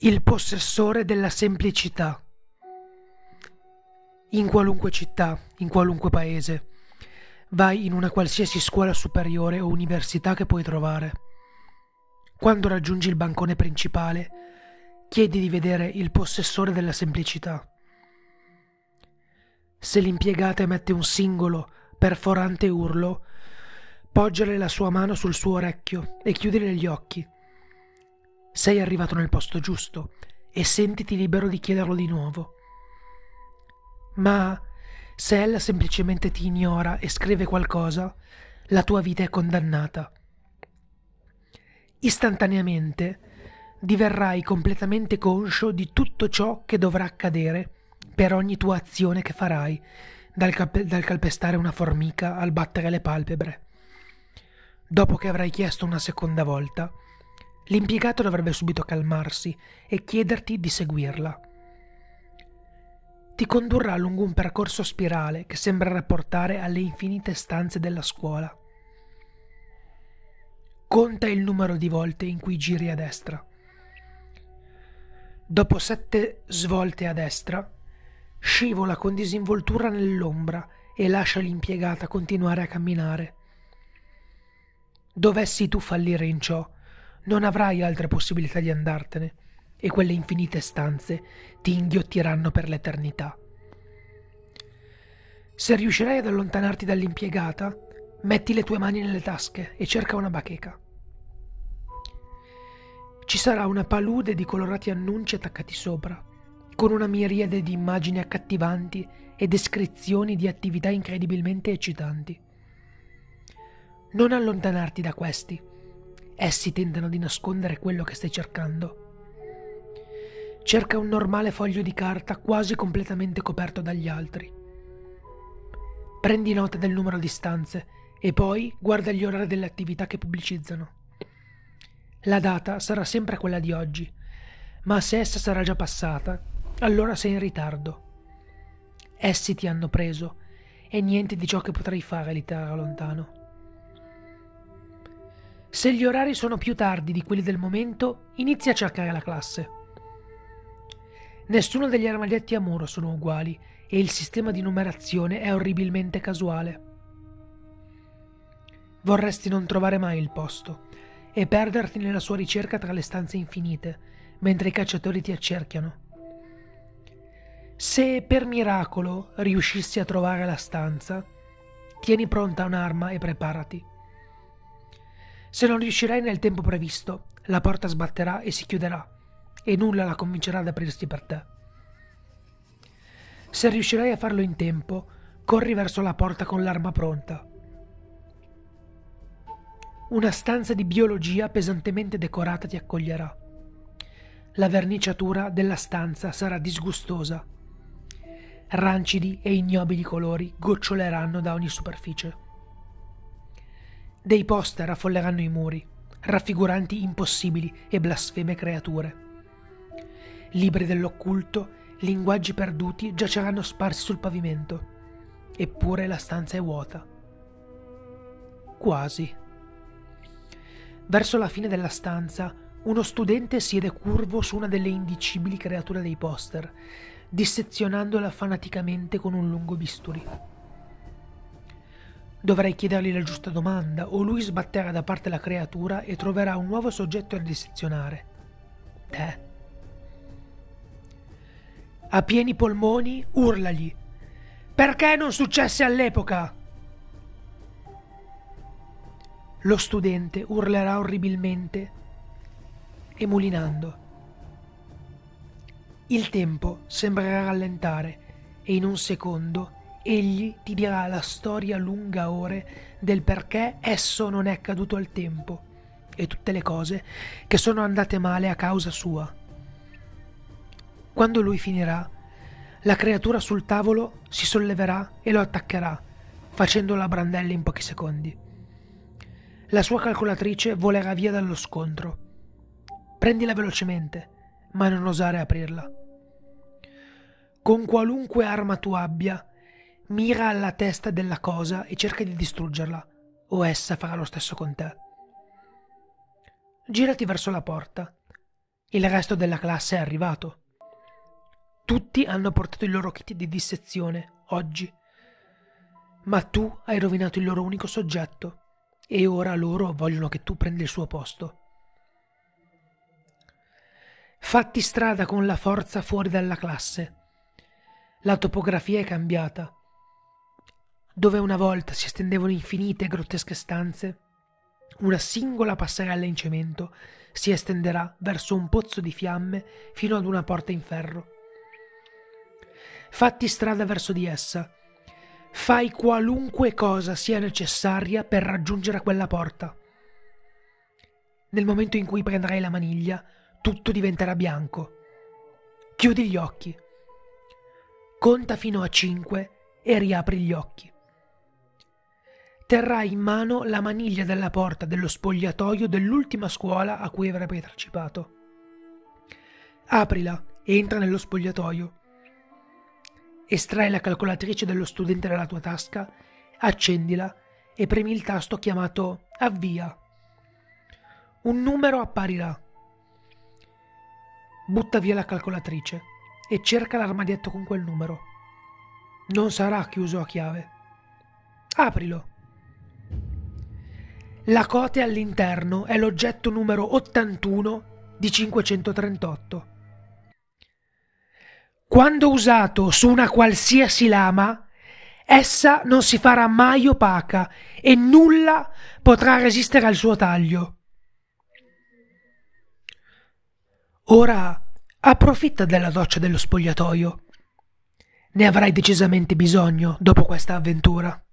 Il possessore della semplicità. In qualunque città, in qualunque paese, vai in una qualsiasi scuola superiore o università che puoi trovare. Quando raggiungi il bancone principale, chiedi di vedere il possessore della semplicità. Se l'impiegata emette un singolo, perforante urlo, poggiale la sua mano sul suo orecchio e chiudile gli occhi. Sei arrivato nel posto giusto e sentiti libero di chiederlo di nuovo. Ma se ella semplicemente ti ignora e scrive qualcosa, la tua vita è condannata. Istantaneamente diverrai completamente conscio di tutto ciò che dovrà accadere per ogni tua azione che farai, dal calpestare una formica al battere le palpebre. Dopo che avrai chiesto una seconda volta, l'impiegato dovrebbe subito calmarsi e chiederti di seguirla. Ti condurrà lungo un percorso a spirale che sembra portare alle infinite stanze della scuola. Conta il numero di volte in cui giri a destra. Dopo 7 svolte a destra, scivola con disinvoltura nell'ombra e lascia l'impiegata continuare a camminare. Dovessi tu fallire in ciò, non avrai altre possibilità di andartene e quelle infinite stanze ti inghiottiranno per l'eternità. Se riuscirai ad allontanarti dall'impiegata, metti le tue mani nelle tasche e cerca una bacheca. Ci sarà una palude di colorati annunci attaccati sopra, con una miriade di immagini accattivanti e descrizioni di attività incredibilmente eccitanti. Non allontanarti da questi. Essi tentano di nascondere quello che stai cercando. Cerca un normale foglio di carta quasi completamente coperto dagli altri. Prendi nota del numero di stanze e poi guarda gli orari delle attività che pubblicizzano. La data sarà sempre quella di oggi, ma se essa sarà già passata, allora sei in ritardo. Essi ti hanno preso e niente di ciò che potrai fare li terrà lontano. Se gli orari sono più tardi di quelli del momento, inizia a cercare la classe. Nessuno degli armadietti a muro sono uguali e il sistema di numerazione è orribilmente casuale. Vorresti non trovare mai il posto e perderti nella sua ricerca tra le stanze infinite, mentre i cacciatori ti accerchiano. Se per miracolo riuscissi a trovare la stanza, tieni pronta un'arma e preparati. Se non riuscirai nel tempo previsto, la porta sbatterà e si chiuderà, e nulla la convincerà ad aprirsi per te. Se riuscirai a farlo in tempo, corri verso la porta con l'arma pronta. Una stanza di biologia pesantemente decorata ti accoglierà. La verniciatura della stanza sarà disgustosa. Rancidi e ignobili colori goccioleranno da ogni superficie. Dei poster affolleranno i muri, raffiguranti impossibili e blasfeme creature. Libri dell'occulto, linguaggi perduti giaceranno sparsi sul pavimento, eppure la stanza è vuota. Quasi. Verso la fine della stanza, uno studente siede curvo su una delle indicibili creature dei poster, dissezionandola fanaticamente con un lungo bisturi. Dovrai chiedergli la giusta domanda o lui sbatterà da parte la creatura e troverà un nuovo soggetto da dissezionare. Te. A pieni polmoni urlagli: perché non successe all'epoca? Lo studente urlerà orribilmente, emulinando. Il tempo sembrerà rallentare e in un secondo egli ti dirà la storia lunga ore del perché esso non è accaduto al tempo e tutte le cose che sono andate male a causa sua. Quando lui finirà, la creatura sul tavolo si solleverà e lo attaccherà, facendolo a brandelle in pochi secondi. La sua calcolatrice volerà via dallo scontro. Prendila velocemente, ma non osare aprirla. Con qualunque arma tu abbia, mira alla testa della cosa e cerca di distruggerla, o essa farà lo stesso con te. Girati verso la porta. Il resto della classe è arrivato. Tutti hanno portato il loro kit di dissezione oggi, ma tu hai rovinato il loro unico soggetto e ora loro vogliono che tu prenda il suo posto. Fatti strada con la forza fuori dalla classe. La topografia è cambiata. Dove una volta si estendevano infinite e grottesche stanze, una singola passerella in cemento si estenderà verso un pozzo di fiamme fino ad una porta in ferro. Fatti strada verso di essa. Fai qualunque cosa sia necessaria per raggiungere quella porta. Nel momento in cui prenderai la maniglia, tutto diventerà bianco. Chiudi gli occhi. Conta fino a 5 e riapri gli occhi. Terrai in mano la maniglia della porta dello spogliatoio dell'ultima scuola a cui avrai partecipato. Aprila e entra nello spogliatoio. Estrai la calcolatrice dello studente dalla tua tasca, accendila e premi il tasto chiamato Avvia. Un numero apparirà. Butta via la calcolatrice e cerca l'armadietto con quel numero. Non sarà chiuso a chiave. Aprilo. La cote all'interno è l'oggetto numero 81 di 538. Quando usato su una qualsiasi lama, essa non si farà mai opaca e nulla potrà resistere al suo taglio. Ora approfitta della doccia dello spogliatoio. Ne avrai decisamente bisogno dopo questa avventura.